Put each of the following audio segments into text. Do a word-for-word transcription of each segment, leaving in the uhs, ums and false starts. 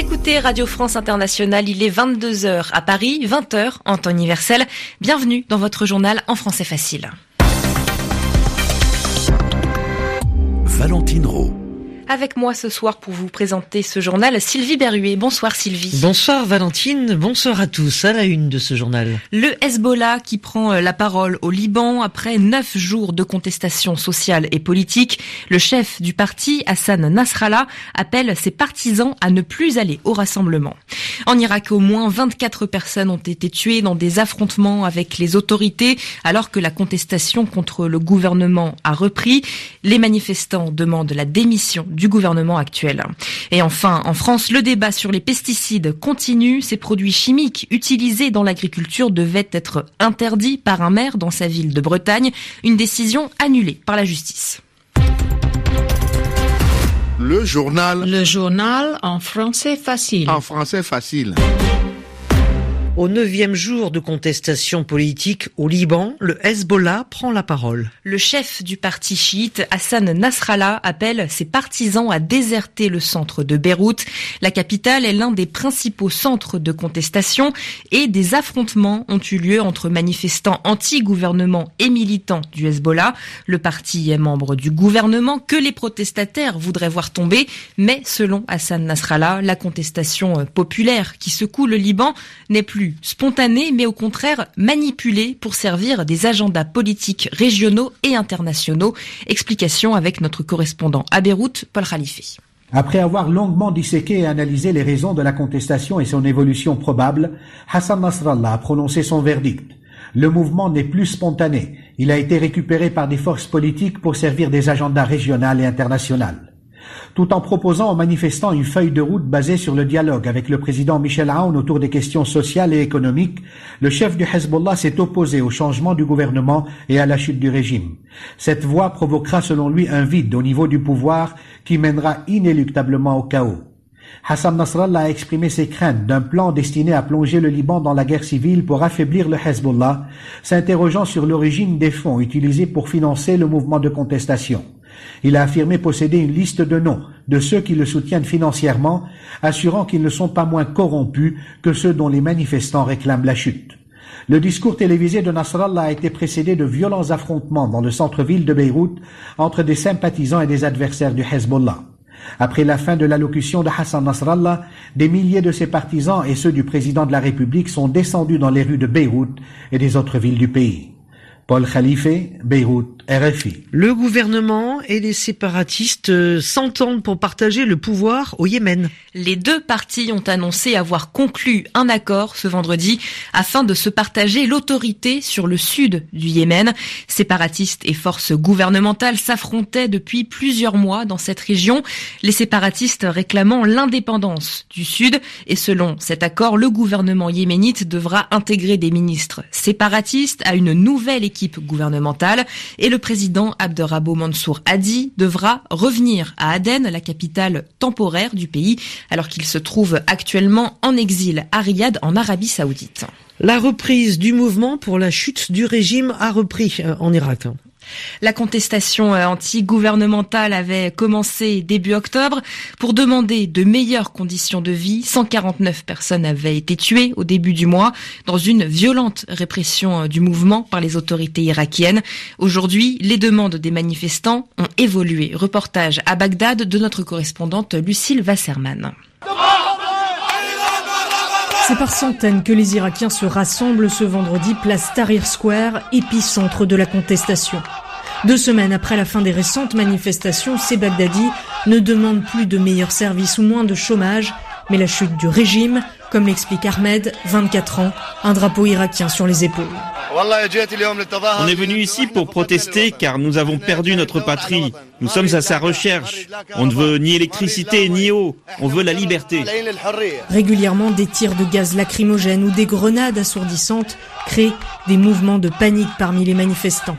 écoutez Radio France Internationale, il est vingt-deux heures à Paris, vingt heures en temps universel. Bienvenue dans votre journal en français facile. Valentine Rowe. Avec moi ce soir pour vous présenter ce journal, Sylvie Berruet. Bonsoir Sylvie. Bonsoir Valentine, bonsoir à tous. À la une de ce journal. Le Hezbollah qui prend la parole au Liban après neuf jours de contestation sociale et politique. Le chef du parti, Hassan Nasrallah, appelle ses partisans à ne plus aller au rassemblement. En Irak, au moins vingt-quatre personnes ont été tuées dans des affrontements avec les autorités alors que la contestation contre le gouvernement a repris. Les manifestants demandent la démission du gouvernement actuel. Et enfin, en France, le débat sur les pesticides continue. Ces produits chimiques utilisés dans l'agriculture devaient être interdits par un maire dans sa ville de Bretagne. Une décision annulée par la justice. Le journal. Le journal en français facile. En français facile. Au neuvième jour de contestation politique au Liban, le Hezbollah prend la parole. Le chef du parti chiite, Hassan Nasrallah, appelle ses partisans à déserter le centre de Beyrouth. La capitale est l'un des principaux centres de contestation et des affrontements ont eu lieu entre manifestants anti-gouvernement et militants du Hezbollah. Le parti est membre du gouvernement que les protestataires voudraient voir tomber, mais selon Hassan Nasrallah, la contestation populaire qui secoue le Liban n'est plus spontanée, mais au contraire manipulée pour servir des agendas politiques régionaux et internationaux. Explication avec notre correspondant à Beyrouth, Paul Khalife. Après avoir longuement disséqué et analysé les raisons de la contestation et son évolution probable, Hassan Nasrallah a prononcé son verdict. Le mouvement n'est plus spontané. Il a été récupéré par des forces politiques pour servir des agendas régionaux et internationaux. Tout en proposant aux manifestants une feuille de route basée sur le dialogue avec le président Michel Aoun autour des questions sociales et économiques, le chef du Hezbollah s'est opposé au changement du gouvernement et à la chute du régime. Cette voie provoquera selon lui un vide au niveau du pouvoir qui mènera inéluctablement au chaos. Hassan Nasrallah a exprimé ses craintes d'un plan destiné à plonger le Liban dans la guerre civile pour affaiblir le Hezbollah, s'interrogeant sur l'origine des fonds utilisés pour financer le mouvement de contestation. Il a affirmé posséder une liste de noms de ceux qui le soutiennent financièrement, assurant qu'ils ne sont pas moins corrompus que ceux dont les manifestants réclament la chute. Le discours télévisé de Nasrallah a été précédé de violents affrontements dans le centre-ville de Beyrouth entre des sympathisants et des adversaires du Hezbollah. Après la fin de l'allocution de Hassan Nasrallah, des milliers de ses partisans et ceux du président de la République sont descendus dans les rues de Beyrouth et des autres villes du pays. Paul Khalife, Beyrouth, R F I. Le gouvernement et les séparatistes s'entendent pour partager le pouvoir au Yémen. Les deux partis ont annoncé avoir conclu un accord ce vendredi afin de se partager l'autorité sur le sud du Yémen. Séparatistes et forces gouvernementales s'affrontaient depuis plusieurs mois dans cette région, les séparatistes réclamant l'indépendance du sud. Et selon cet accord, le gouvernement yéménite devra intégrer des ministres séparatistes à une nouvelle équipe gouvernementale et le président Abderrabou Mansour Hadi devra revenir à Aden, la capitale temporaire du pays, alors qu'il se trouve actuellement en exil à Riyad, en Arabie Saoudite. La reprise du mouvement pour la chute du régime a repris en Irak. La contestation anti-gouvernementale avait commencé début octobre pour demander de meilleures conditions de vie. cent quarante-neuf personnes avaient été tuées au début du mois dans une violente répression du mouvement par les autorités irakiennes. Aujourd'hui, les demandes des manifestants ont évolué. Reportage à Bagdad de notre correspondante Lucille Wasserman. C'est par centaines que les Irakiens se rassemblent ce vendredi place Tahrir Square, épicentre de la contestation. Deux semaines après la fin des récentes manifestations, ces Bagdadis ne demandent plus de meilleurs services ou moins de chômage, mais la chute du régime, comme l'explique Ahmed, vingt-quatre ans, un drapeau irakien sur les épaules. On est venu ici pour protester car nous avons perdu notre patrie. Nous sommes à sa recherche. On ne veut ni électricité ni eau. On veut la liberté. Régulièrement, des tirs de gaz lacrymogène ou des grenades assourdissantes créent des mouvements de panique parmi les manifestants.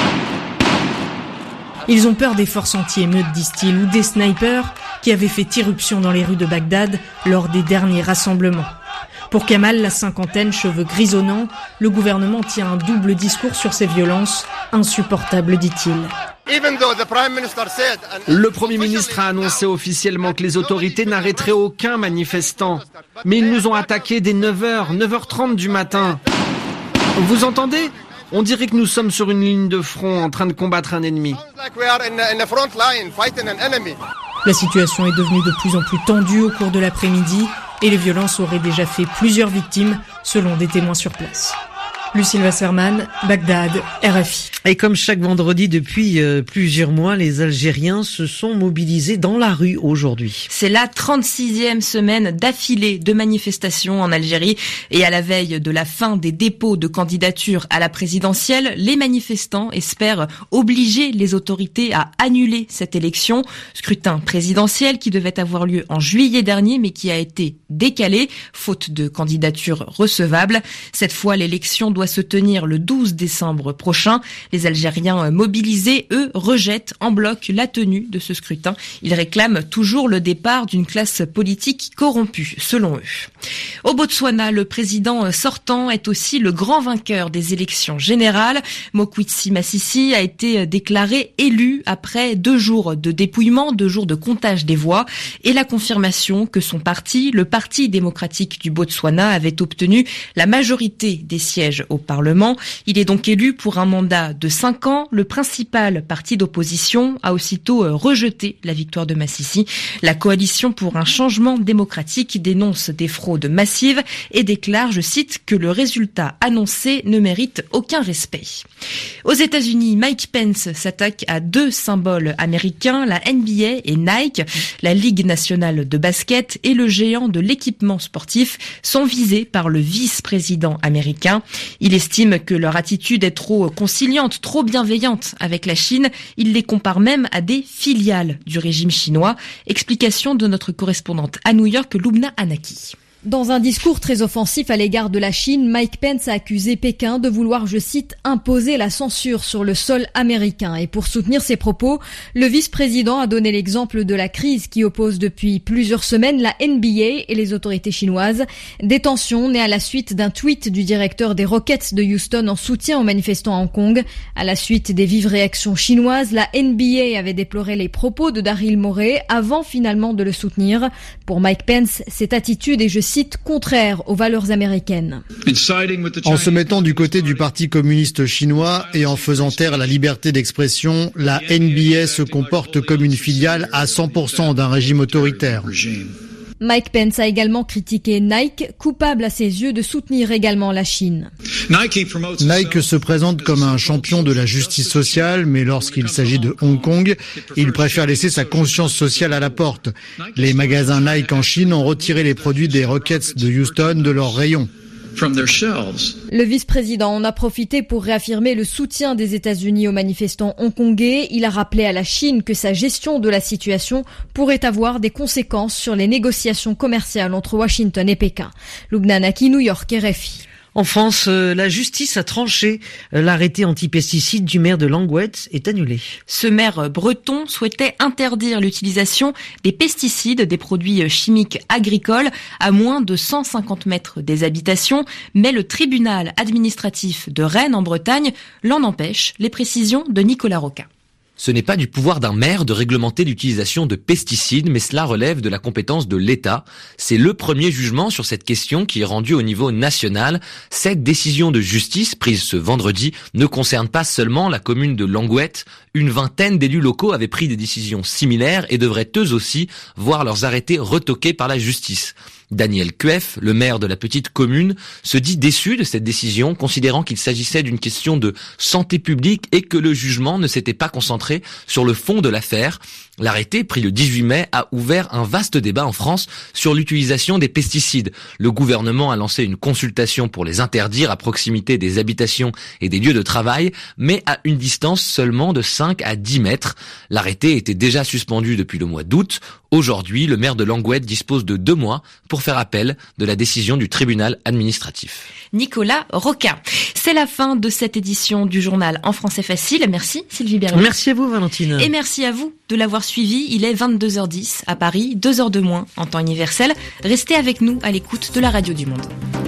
Ils ont peur des forces anti-émeutes, disent-ils, ou des snipers qui avaient fait irruption dans les rues de Bagdad lors des derniers rassemblements. Pour Kamal, la cinquantaine, cheveux grisonnants, le gouvernement tient un double discours sur ces violences, insupportables, dit-il. Le Premier ministre a annoncé officiellement que les autorités n'arrêteraient aucun manifestant. Mais ils nous ont attaqués dès neuf heures, neuf heures trente du matin. Vous entendez ? On dirait que nous sommes sur une ligne de front en train de combattre un ennemi. La situation est devenue de plus en plus tendue au cours de l'après-midi et les violences auraient déjà fait plusieurs victimes selon des témoins sur place. Lucille Wasserman, Bagdad, R F I. Et comme chaque vendredi depuis euh, plusieurs mois, les Algériens se sont mobilisés dans la rue aujourd'hui. C'est la trente-sixième semaine d'affilée de manifestations en Algérie. Et à la veille de la fin des dépôts de candidatures à la présidentielle, les manifestants espèrent obliger les autorités à annuler cette élection. Scrutin présidentiel qui devait avoir lieu en juillet dernier, mais qui a été décalé, faute de candidature recevable. Cette fois, l'élection doit se tenir le douze décembre prochain. Les Algériens mobilisés, eux, rejettent en bloc la tenue de ce scrutin. Ils réclament toujours le départ d'une classe politique corrompue, selon eux. Au Botswana, le président sortant est aussi le grand vainqueur des élections générales. Mokwetsi Masisi a été déclaré élu après deux jours de dépouillement, deux jours de comptage des voix et la confirmation que son parti, le Parti démocratique du Botswana, avait obtenu la majorité des sièges au Parlement. Il est donc élu pour un mandat de cinq ans. Le principal parti d'opposition a aussitôt rejeté la victoire de Masisi. La coalition pour un changement démocratique dénonce des fraudes massives et déclare, je cite, que le résultat annoncé ne mérite aucun respect. Aux États-Unis, Mike Pence s'attaque à deux symboles américains, la N B A et Nike. La Ligue nationale de basket et le géant de l'équipement sportif sont visés par le vice-président américain. Il estime que leur attitude est trop conciliante, trop bienveillante avec la Chine. Il les compare même à des filiales du régime chinois. Explication de notre correspondante à New York, Lubna Anaki. Dans un discours très offensif à l'égard de la Chine, Mike Pence a accusé Pékin de vouloir, je cite, imposer la censure sur le sol américain. Et pour soutenir ses propos, le vice-président a donné l'exemple de la crise qui oppose depuis plusieurs semaines la N B A et les autorités chinoises. Des tensions nées à la suite d'un tweet du directeur des Rockets de Houston en soutien aux manifestants à Hong Kong. À la suite des vives réactions chinoises, la N B A avait déploré les propos de Daryl Morey avant finalement de le soutenir. Pour Mike Pence, cette attitude est, je cite, contraire aux valeurs américaines. En se mettant du côté du Parti communiste chinois et en faisant taire la liberté d'expression, la N B A se comporte comme une filiale à cent pour cent d'un régime autoritaire. Mike Pence a également critiqué Nike, coupable à ses yeux de soutenir également la Chine. Nike se présente comme un champion de la justice sociale, mais lorsqu'il s'agit de Hong Kong, il préfère laisser sa conscience sociale à la porte. Les magasins Nike en Chine ont retiré les produits des Rockets de Houston de leurs rayons. Le vice-président en a profité pour réaffirmer le soutien des États-Unis aux manifestants hongkongais. Il a rappelé à la Chine que sa gestion de la situation pourrait avoir des conséquences sur les négociations commerciales entre Washington et Pékin. Lubna Anaki, New York, R F I. En France, euh, la justice a tranché. L'arrêté anti-pesticides du maire de Langouette est annulé. Ce maire breton souhaitait interdire l'utilisation des pesticides, des produits chimiques agricoles, à moins de cent cinquante mètres des habitations, mais le tribunal administratif de Rennes en Bretagne l'en empêche. Les précisions de Nicolas Roca. Ce n'est pas du pouvoir d'un maire de réglementer l'utilisation de pesticides, mais cela relève de la compétence de l'État. C'est le premier jugement sur cette question qui est rendu au niveau national. Cette décision de justice, prise ce vendredi, ne concerne pas seulement la commune de Langouette. Une vingtaine d'élus locaux avaient pris des décisions similaires et devraient eux aussi voir leurs arrêtés retoqués par la justice. Daniel Cueff, le maire de la petite commune, se dit déçu de cette décision, considérant qu'il s'agissait d'une question de santé publique et que le jugement ne s'était pas concentré sur le fond de l'affaire. L'arrêté, pris le dix-huit mai, a ouvert un vaste débat en France sur l'utilisation des pesticides. Le gouvernement a lancé une consultation pour les interdire à proximité des habitations et des lieux de travail, mais à une distance seulement de cinq à dix mètres. L'arrêté était déjà suspendu depuis le mois d'août. Aujourd'hui, le maire de Langouette dispose de deux mois pour faire appel de la décision du tribunal administratif. Nicolas Roca. C'est la fin de cette édition du journal En français facile. Merci Sylvie Bernier. Merci à vous Valentine. Et merci à vous de l'avoir suivi. Il est vingt-deux heures dix à Paris, deux heures de moins en temps universel. Restez avec nous à l'écoute de la Radio du Monde.